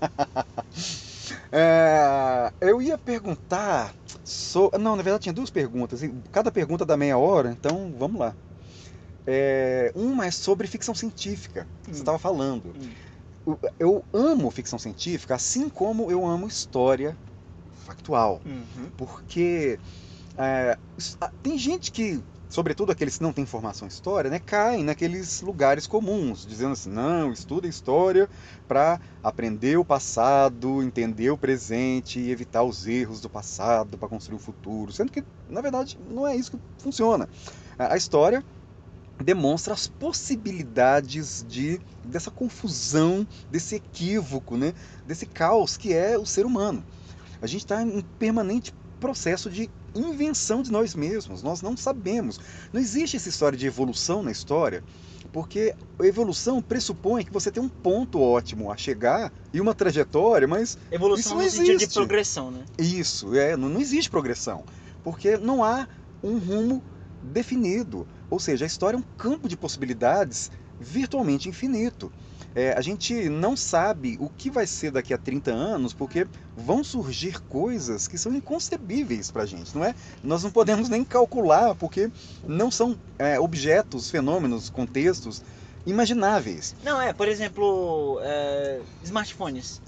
É, eu ia perguntar. So... Não, na verdade tinha duas perguntas. e Cada pergunta dá meia hora, então vamos lá. É, uma é sobre ficção científica, que você Hum. estava falando. Hum. Eu- Eu amo ficção científica, assim como eu amo história factual. Uhum. Porque é, s- ah, tem gente que, sobretudo aqueles que não têm formação em história, né, caem naqueles lugares comuns, dizendo assim, não, estuda história para aprender o passado, entender o presente e evitar os erros do passado para construir o futuro. Sendo que, na verdade, não é isso que funciona. A a história demonstra as possibilidades de, dessa confusão, desse equívoco, né, desse caos que é o ser humano. A gente está em permanente processo de invenção de nós mesmos. Nós não sabemos. Não existe essa história de evolução na história, porque a evolução pressupõe que você tem um ponto ótimo a chegar e uma trajetória, mas Evolução isso no não sentido de existe. progressão, né? Isso, é, não, não existe progressão, porque não há um rumo definido. Ou seja, a história é um campo de possibilidades virtualmente infinito. É, a gente não sabe o que vai ser daqui a trinta anos, porque vão surgir coisas que são inconcebíveis para a gente, não é? Nós não podemos nem calcular, porque não são é, objetos, fenômenos, contextos imagináveis. Não, é, por exemplo, é, smartphones.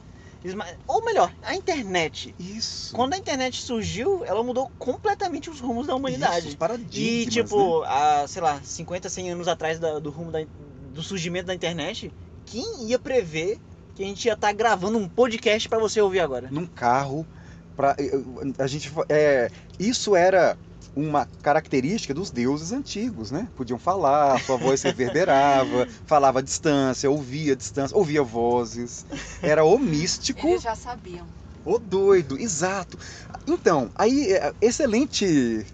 Esma- Ou melhor, a internet. Isso. Quando a internet surgiu, ela mudou completamente os rumos da humanidade. Isso, os paradigmas, E né? tipo, há, sei lá, cinquenta, cem anos atrás da- do rumo da, do surgimento da internet, quem ia prever que a gente ia estar gravando um podcast pra você ouvir agora? Num carro para a gente é, isso era uma característica dos deuses antigos, né? Podiam falar, sua voz reverberava, falava à distância, ouvia à distância, ouvia vozes. Era o místico, Eles já sabiam. o doido, exato. Então, aí, é, excelente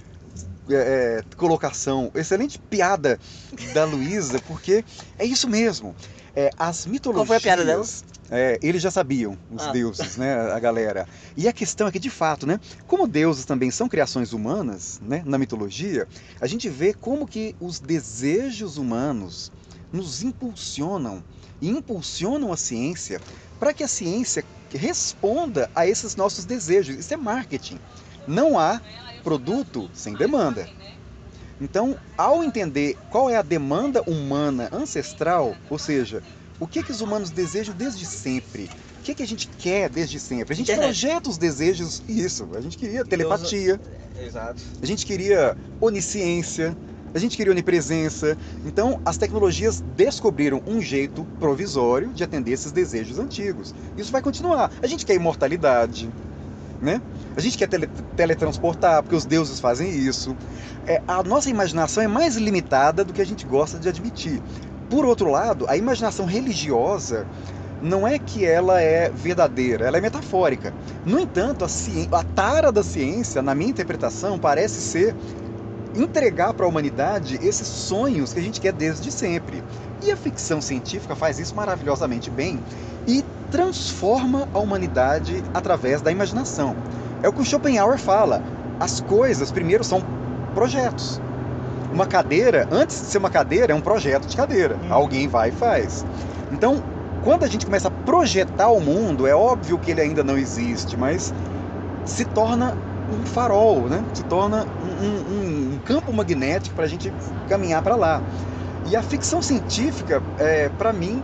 é, é, colocação, excelente piada da Luísa, porque é isso mesmo. É, as mitologias... Qual foi a piada dela? É, eles já sabiam, os Ah. deuses, né, a galera. E a questão é que, de fato, né, como deuses também são criações humanas, né, na mitologia, a gente vê como que os desejos humanos nos impulsionam e impulsionam a ciência para que a ciência responda a esses nossos desejos. Isso é marketing. Não há produto sem demanda. Então, ao entender qual é a demanda humana ancestral, ou seja, o que, que os humanos desejam desde sempre, o que, que a gente quer desde sempre, a gente Internet. projeta os desejos, isso, a gente queria telepatia, Exato. a gente queria onisciência, a gente queria onipresença. Então, as tecnologias descobriram um jeito provisório de atender esses desejos antigos. Isso vai continuar. A gente quer imortalidade, né? A gente quer tele- teletransportar, porque os deuses fazem isso. É, a nossa imaginação é mais limitada do que a gente gosta de admitir. Por outro lado, a imaginação religiosa não é que ela é verdadeira, ela é metafórica. No entanto, a, ci... a tara da ciência, na minha interpretação, parece ser entregar para a humanidade esses sonhos que a gente quer desde sempre. E a ficção científica faz isso maravilhosamente bem e transforma a humanidade através da imaginação. É o que o Schopenhauer fala. As coisas, primeiro, são projetos. Uma cadeira, antes de ser uma cadeira, é um projeto de cadeira. Hum. Alguém vai e faz. Então, quando a gente começa a projetar o mundo, é óbvio que ele ainda não existe, mas se torna um farol, né? Se torna um, um- um campo magnético para a gente caminhar para lá. E a ficção científica, é, para mim,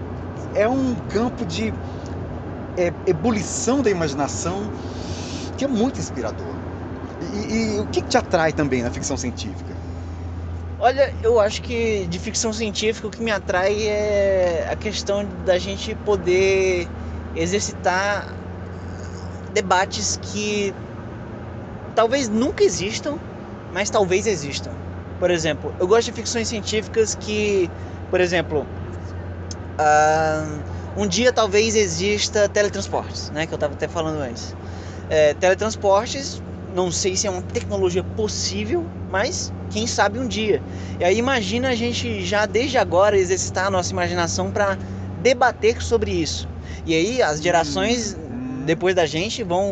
é um campo de é, ebulição da imaginação que é muito inspirador. E, e o que que te atrai também na ficção científica? Olha, eu acho que de ficção científica o que me atrai é a questão da gente poder exercitar debates que talvez nunca existam, mas talvez existam. Por exemplo, eu gosto de ficções científicas que, por exemplo, ah, um dia talvez exista teletransportes, né? Que eu estava até falando antes. É, teletransportes, não sei se é uma tecnologia possível, mas quem sabe um dia. E aí imagina a gente já desde agora exercitar a nossa imaginação para debater sobre isso. E aí as gerações Hum. depois da gente vão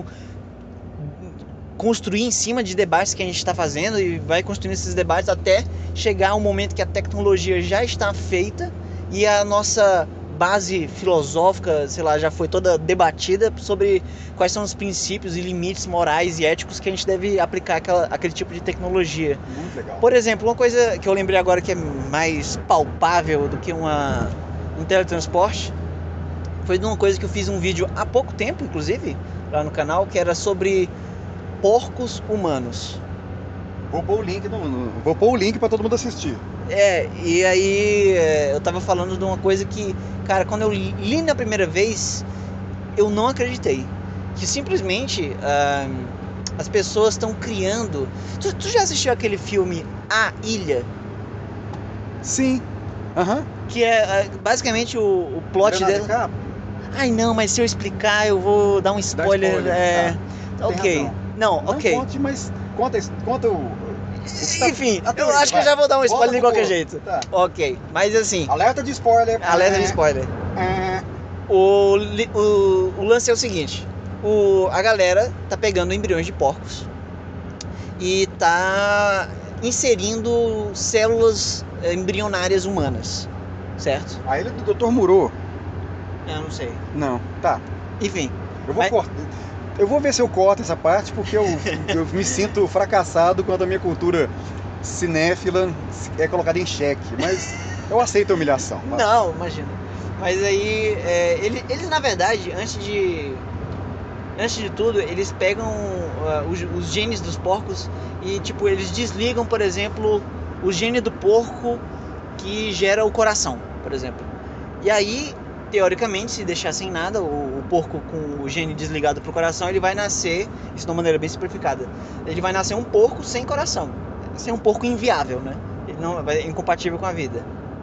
construir em cima de debates que a gente está fazendo e vai construindo esses debates até chegar ao momento que a tecnologia já está feita e a nossa base filosófica, sei lá, já foi toda debatida sobre quais são os princípios e limites morais e éticos que a gente deve aplicar àquela, àquele tipo de tecnologia. Muito legal. Por exemplo, uma coisa que eu lembrei agora que é mais palpável do que uma, um teletransporte foi de uma coisa que eu fiz um vídeo há pouco tempo, inclusive, lá no canal, que era sobre porcos humanos. Vou pôr o link, no, no- vou pôr o link para todo mundo assistir. É, e aí é, eu tava falando de uma coisa que, cara, quando eu li na primeira vez, eu não acreditei. Que simplesmente ah, as pessoas estão criando. Tu, tu já assistiu aquele filme A Ilha? Sim. Aham. Que é ah, basicamente o, o plot Leonardo dela. DiCaprio? Ai não, mas se eu explicar eu vou dar um spoiler. spoiler, é... Tem Ok. razão. Não, Não ok. conte, mas conta, conta o... o que tá- Enfim, a eu teoria, acho que eu vai. já vou dar um Volta spoiler de pro qualquer corpo. jeito. Tá. Ok, mas assim, Alerta de spoiler. alerta de spoiler. É, O, li- o, o lance é o seguinte: o, a galera tá pegando embriões de porcos e tá inserindo células eh, embrionárias humanas, certo? A ilha do doutor Murô. Eu não sei. Não, tá. Enfim, Eu vou Mas- cortar. Eu vou ver se eu corto essa parte, porque eu, eu me sinto fracassado quando a minha cultura cinéfila é colocada em xeque. Mas eu aceito a humilhação. Vai. não, imagina. Mas aí, é, ele, eles na verdade, antes de antes de tudo, eles pegam uh, os, os genes dos porcos e tipo, eles desligam, por exemplo, o gene do porco que gera o coração, por exemplo. E aí, teoricamente, se deixar sem nada, o, o porco com o gene desligado pro coração, ele vai nascer, isso de uma maneira bem simplificada, ele vai nascer um porco sem coração. Ser um porco inviável, né? Ele não, é incompatível com a vida.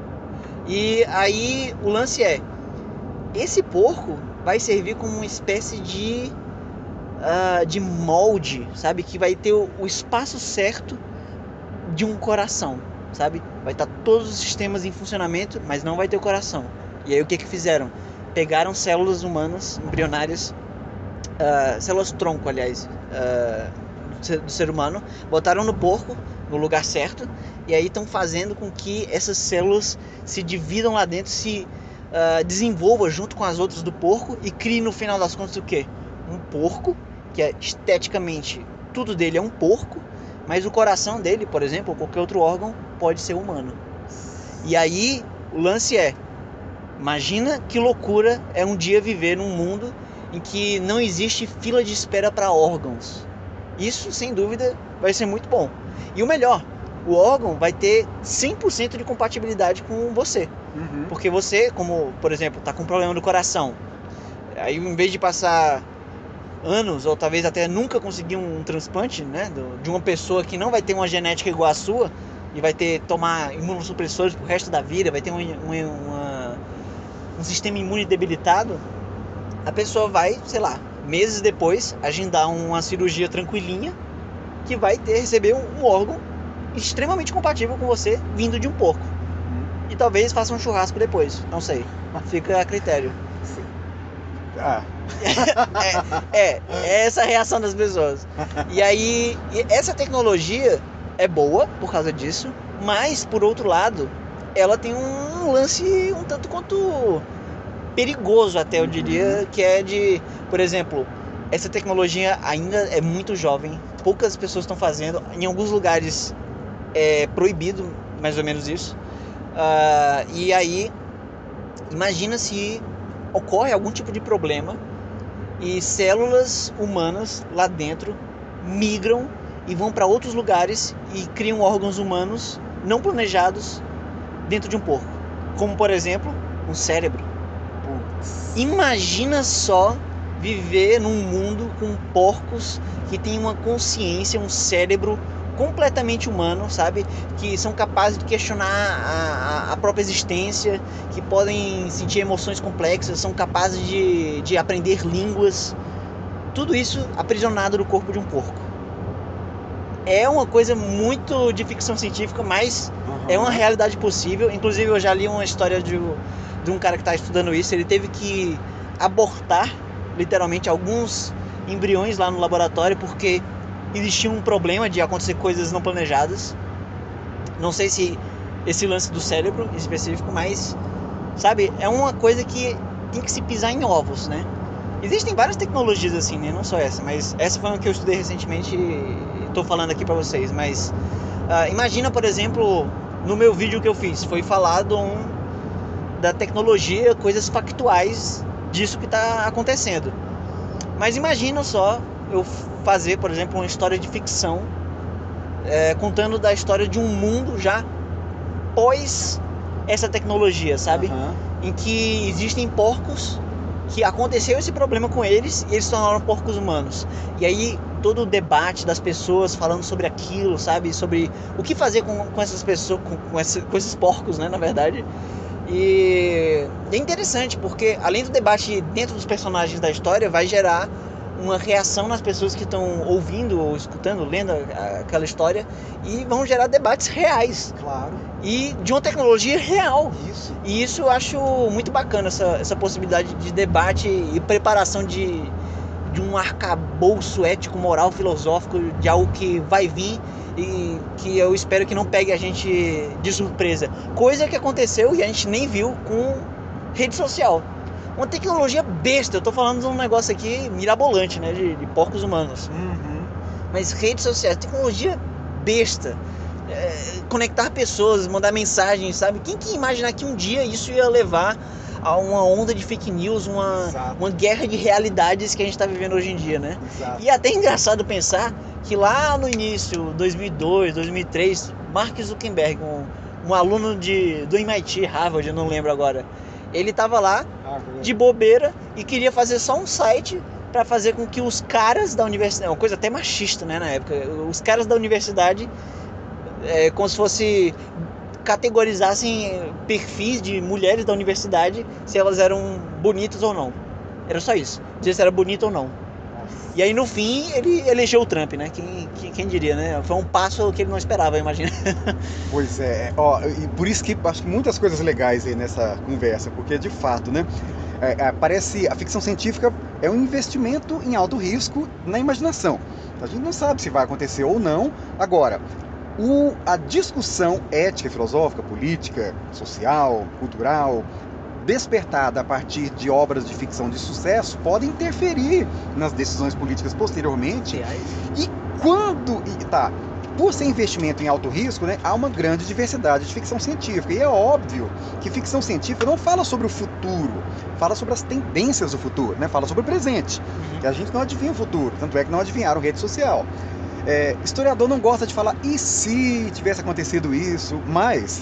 E aí o lance é, esse porco vai servir como uma espécie de uh, de molde, sabe? Que vai ter o, o espaço certo de um coração, sabe? Vai estar todos os sistemas em funcionamento, mas não vai ter o coração. E aí o que que fizeram? Pegaram células humanas, embrionárias, uh, células tronco, aliás, uh, do ser humano, botaram no porco, no lugar certo, e aí estão fazendo com que essas células se dividam lá dentro, se uh, desenvolvam junto com as outras do porco e criem no final das contas o quê? Um porco, que é esteticamente, tudo dele é um porco, mas o coração dele, por exemplo, ou qualquer outro órgão, pode ser humano. E aí o lance é, imagina que loucura é um dia viver num mundo em que não existe fila de espera para órgãos. Isso, sem dúvida, vai ser muito bom. E o melhor, o órgão vai ter cem por cento de compatibilidade com você. Uhum. Porque você, como, por exemplo, está com um problema no coração, aí em vez de passar anos, ou talvez até nunca conseguir um transplante, né, de uma pessoa que não vai ter uma genética igual a sua, e vai ter tomar imunossupressores pro resto da vida, vai ter uma, uma, uma, um sistema imune debilitado, a pessoa vai, sei lá, meses depois, agendar uma cirurgia tranquilinha, que vai ter, receber um, um órgão extremamente compatível com você, vindo de um porco. Uhum. E talvez faça um churrasco depois, não sei, fica a critério. Ah. é, é, é essa a reação das pessoas. E aí, essa tecnologia é boa por causa disso, mas, por outro lado, ela tem um lance um tanto quanto perigoso até, eu diria, que é de, por exemplo, essa tecnologia ainda é muito jovem, poucas pessoas estão fazendo, em alguns lugares é proibido, mais ou menos isso. Uh, e aí, imagina se ocorre algum tipo de problema e células humanas lá dentro migram e vão para outros lugares e criam órgãos humanos não planejados dentro de um porco, como por exemplo um cérebro. Imagina só viver num mundo com porcos que tem uma consciência, um cérebro completamente humano, sabe? Que são capazes de questionar a, a, a própria existência, que podem sentir emoções complexas, são capazes de, de aprender línguas. Tudo isso aprisionado no corpo de um porco. É uma coisa muito de ficção científica, mas uhum. é uma realidade possível. Inclusive eu já li uma história de, de um cara que está estudando isso. Ele teve que abortar literalmente alguns embriões lá no laboratório porque existia um problema de acontecer coisas não planejadas. Não sei se esse lance do cérebro em específico, mas, sabe, é uma coisa que tem que se pisar em ovos, né? Existem várias tecnologias assim, né? Não só essa, mas essa foi uma que eu estudei recentemente e estou falando aqui pra vocês. Mas uh, imagina, por exemplo, no meu vídeo que eu fiz, foi falado um, da tecnologia, coisas factuais disso que está acontecendo. Mas imagina só eu fazer, por exemplo, uma história de ficção é, contando da história de um mundo já pós essa tecnologia, sabe? Uhum. Em que existem porcos, que aconteceu esse problema com eles e eles se tornaram porcos humanos. E aí todo o debate das pessoas falando sobre aquilo, sabe? Sobre o que fazer com, com essas pessoas, com, com, esse, com esses porcos, né? Na verdade. E é interessante porque além do debate dentro dos personagens da história, vai gerar uma reação nas pessoas que estão ouvindo ou escutando, lendo aquela história, e vão gerar debates reais. Claro. E de uma tecnologia real. Isso. E isso eu acho muito bacana, essa, essa possibilidade de debate e preparação de, de um arcabouço ético, moral, filosófico, de algo que vai vir e que eu espero que não pegue a gente de surpresa. Coisa que aconteceu e a gente nem viu com rede social. Uma tecnologia besta, eu tô falando de um negócio aqui mirabolante, né, de, de porcos humanos. Uhum. Mas redes sociais, tecnologia besta, é, conectar pessoas, mandar mensagens, sabe? Quem que ia imaginar que um dia isso ia levar a uma onda de fake news, uma, uma guerra de realidades que a gente está vivendo hoje em dia, né? Exato. E é até engraçado pensar que lá no início, dois mil e dois, dois mil e três, Mark Zuckerberg, um, um aluno de, do M I T, Harvard, eu não lembro agora, ele estava lá de bobeira e queria fazer só um site para fazer com que os caras da universidade, uma coisa até machista, né, na época, os caras da universidade, é, como se fosse categorizassem perfis de mulheres da universidade, se elas eram bonitas ou não. Era só isso, dizer se era bonita ou não. E aí no fim ele elegeu o Trump, né? Quem, quem, quem diria, né? Foi um passo que ele não esperava, imagina. Pois é, ó, e por isso que acho que muitas coisas legais aí nessa conversa, porque de fato, né? É, é, parece a ficção científica é um investimento em alto risco na imaginação. A gente não sabe se vai acontecer ou não. Agora, o, a discussão ética, filosófica, política, social, cultural, despertada a partir de obras de ficção de sucesso, pode interferir nas decisões políticas posteriormente. E quando... E, tá, por ser investimento em alto risco, né, há uma grande diversidade de ficção científica. E é óbvio que ficção científica não fala sobre o futuro, fala sobre as tendências do futuro, né, fala sobre o presente. Uhum. Que a gente não adivinha o futuro, tanto é que não adivinharam rede social. É, historiador não gosta de falar, e se tivesse acontecido isso? Mas,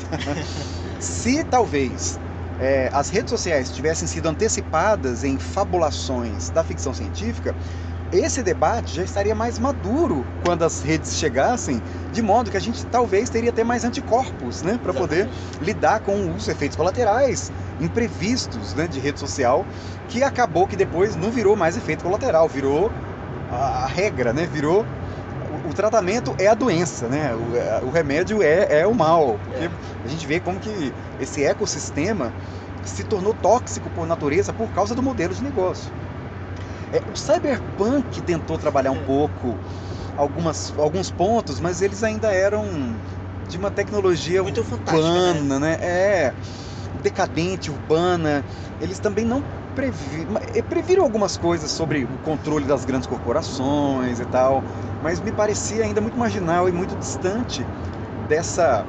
se talvez... É, as redes sociais tivessem sido antecipadas em fabulações da ficção científica, esse debate já estaria mais maduro quando as redes chegassem, de modo que a gente talvez teria até mais anticorpos, né, para poder lidar com os efeitos colaterais imprevistos, né, de rede social, que acabou que depois não virou mais efeito colateral, virou a regra, né, virou... O tratamento é a doença, né? O, o remédio é, é o mal. Porque a gente vê como que esse ecossistema se tornou tóxico por natureza por causa do modelo de negócio. É, o Cyberpunk tentou trabalhar um pouco algumas, alguns pontos, mas eles ainda eram de uma tecnologia muito urbana, né? É, decadente, urbana. Eles também não previ, previram algumas coisas sobre o controle das grandes corporações e tal, mas me parecia ainda muito marginal e muito distante dessa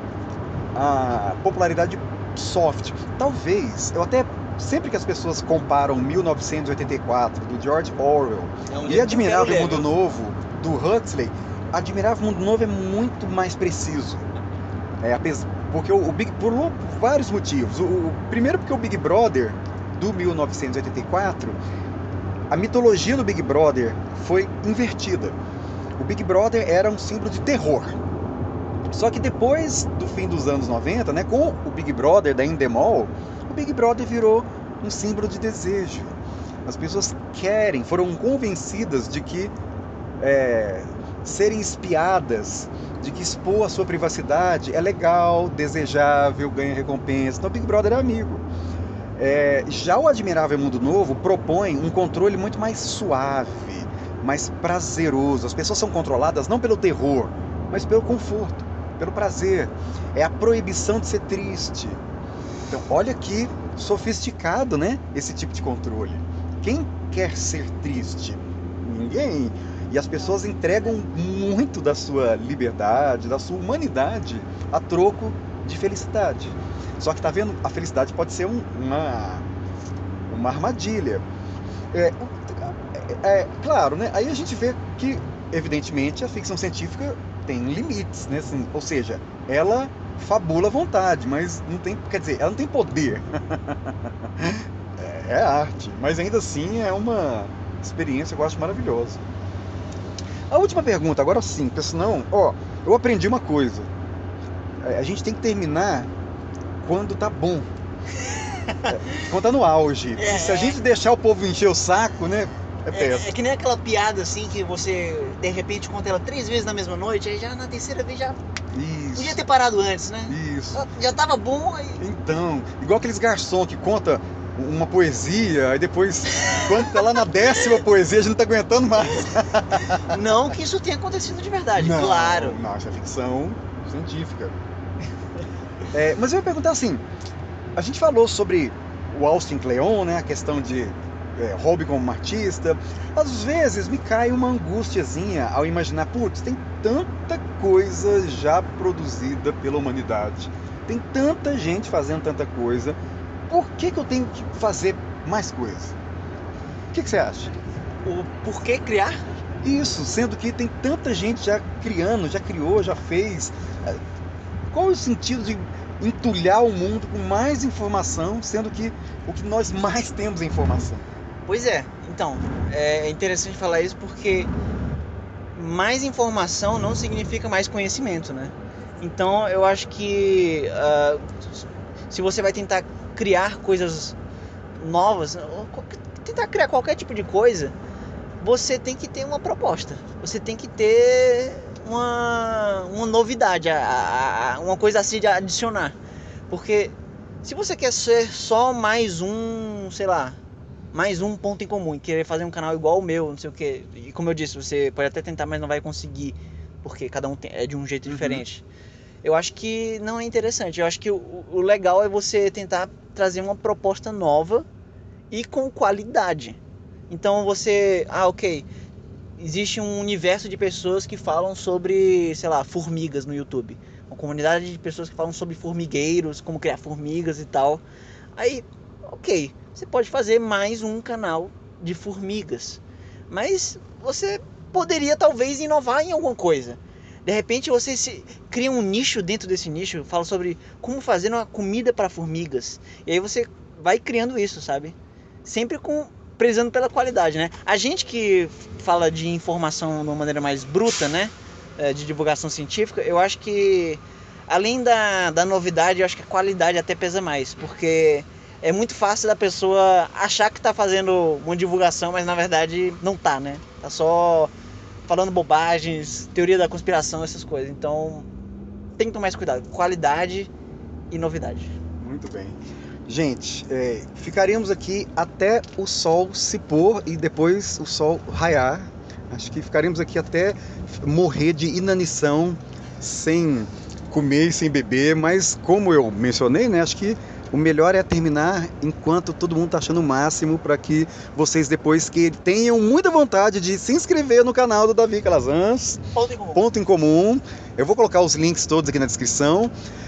a popularidade soft. Talvez, eu até, sempre que as pessoas comparam mil novecentos e oitenta e quatro, do George Orwell, é um e Admirável Mundo Novo, do Huxley, Admirável Mundo Novo é muito mais preciso. É, porque o, o Big, por vários motivos. O, o, primeiro porque o Big Brother, do mil novecentos e oitenta e quatro, a mitologia do Big Brother foi invertida. O Big Brother era um símbolo de terror. Só que depois do fim dos anos noventa, né, com o Big Brother da Endemol, o Big Brother virou um símbolo de desejo. As pessoas querem, foram convencidas de que é, serem espiadas, de que expor a sua privacidade é legal, desejável, ganha recompensa. Então o Big Brother é amigo. É, já o Admirável Mundo Novo propõe um controle muito mais suave, mais prazeroso. As pessoas são controladas não pelo terror, mas pelo conforto, pelo prazer. É a proibição de ser triste. Então, olha que sofisticado, né? Esse tipo de controle. Quem quer ser triste? Ninguém. E as pessoas entregam muito da sua liberdade, da sua humanidade, a troco de felicidade. Só que tá vendo, a felicidade pode ser um, uma, uma armadilha. É, é, é, claro, né? Aí a gente vê que, evidentemente, a ficção científica tem limites, né? Assim, ou seja, ela fabula à vontade, mas não tem, quer dizer, ela não tem poder. é, é arte, mas ainda assim é uma experiência que eu acho maravilhosa. A última pergunta, agora sim, porque senão, ó, eu aprendi uma coisa. A gente tem que terminar quando tá bom. É, quando tá no auge. É, se a gente deixar o povo encher o saco, né? É péssimo. É, é que nem aquela piada assim que você de repente conta ela três vezes na mesma noite, aí já na terceira vez já. Isso. Podia ter parado antes, né? Isso. Já, já tava bom aí. Então, igual aqueles garçom que conta uma poesia, aí depois, quando tá lá na décima poesia, a gente não tá aguentando mais. Não que isso tenha acontecido de verdade, não, claro. Não, isso é ficção científica. É, mas eu ia perguntar assim, a gente falou sobre o Austin Kleon, né, a questão de é, hobby como artista. Às vezes me cai uma angustiazinha ao imaginar, putz, tem tanta coisa já produzida pela humanidade, tem tanta gente fazendo tanta coisa, por que, que eu tenho que fazer mais coisas? O que, que você acha? O porquê criar? Isso, sendo que tem tanta gente já criando, já criou, já fez. Qual é o sentido de entulhar o mundo com mais informação, sendo que o que nós mais temos é informação? Pois é, então, é interessante falar isso porque mais informação não significa mais conhecimento, né? Então eu acho que uh, se você vai tentar criar coisas novas, ou tentar criar qualquer tipo de coisa, você tem que ter uma proposta, você tem que ter uma, uma novidade, a, a, uma coisa assim de adicionar. Porque se você quer ser só mais um, sei lá, mais um ponto em comum, e querer fazer um canal igual o meu, não sei o que, e como eu disse, você pode até tentar, mas não vai conseguir, porque cada um tem, é de um jeito uhum. diferente. Eu acho que não é interessante. Eu acho que o, o legal é você tentar trazer uma proposta nova e com qualidade. Então você, ah, ok, existe um universo de pessoas que falam sobre, sei lá, formigas no YouTube. Uma comunidade de pessoas que falam sobre formigueiros, como criar formigas e tal. Aí, ok, você pode fazer mais um canal de formigas. Mas você poderia talvez inovar em alguma coisa. De repente você se cria um nicho dentro desse nicho, fala sobre como fazer uma comida para formigas. E aí você vai criando isso, sabe? Sempre com prezando pela qualidade, né? A gente que fala de informação de uma maneira mais bruta, né? De divulgação científica, eu acho que além da, da novidade, eu acho que a qualidade até pesa mais, porque é muito fácil da pessoa achar que tá fazendo uma divulgação, mas na verdade não tá, né? Tá só falando bobagens, teoria da conspiração, essas coisas. Então tem que tomar mais cuidado, qualidade e novidade. Muito bem. Gente, é, ficaremos aqui até o sol se pôr e depois o sol raiar. Acho que ficaremos aqui até morrer de inanição, sem comer e sem beber, mas como eu mencionei, né, acho que o melhor é terminar enquanto todo mundo está achando o máximo, para que vocês depois que tenham muita vontade de se inscrever no canal do Davi Calazans. Ponto em comum. Ponto em comum. Eu vou colocar os links todos aqui na descrição.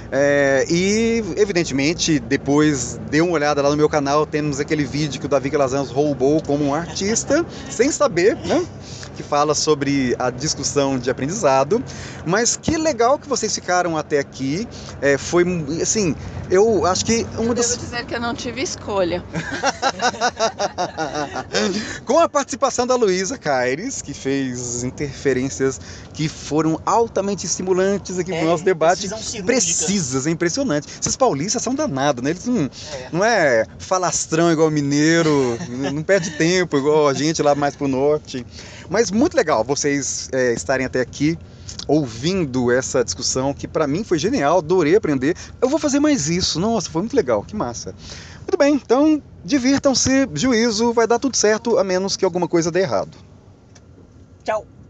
É, e, evidentemente, depois dê uma olhada lá no meu canal, temos aquele vídeo que o Davi Calazans roubou como um artista, sem saber, né? Que fala sobre a discussão de aprendizado. Mas que legal que vocês ficaram até aqui. É, foi, assim, eu acho que uma eu das... devo dizer que eu não tive escolha. Com a participação da Luísa Caires, que fez interferências que foram altamente estimulantes aqui é, pro nosso debate. Precisas, é impressionante. Esses paulistas são danados, né? Eles não é, não é falastrão igual mineiro, não perde tempo igual a gente lá mais pro norte. Mas muito legal vocês é, estarem até aqui ouvindo essa discussão, que para mim foi genial, adorei aprender. Eu vou fazer mais isso, nossa, foi muito legal, que massa. Muito bem, então divirtam-se, juízo, vai dar tudo certo, a menos que alguma coisa dê errado. Tchau!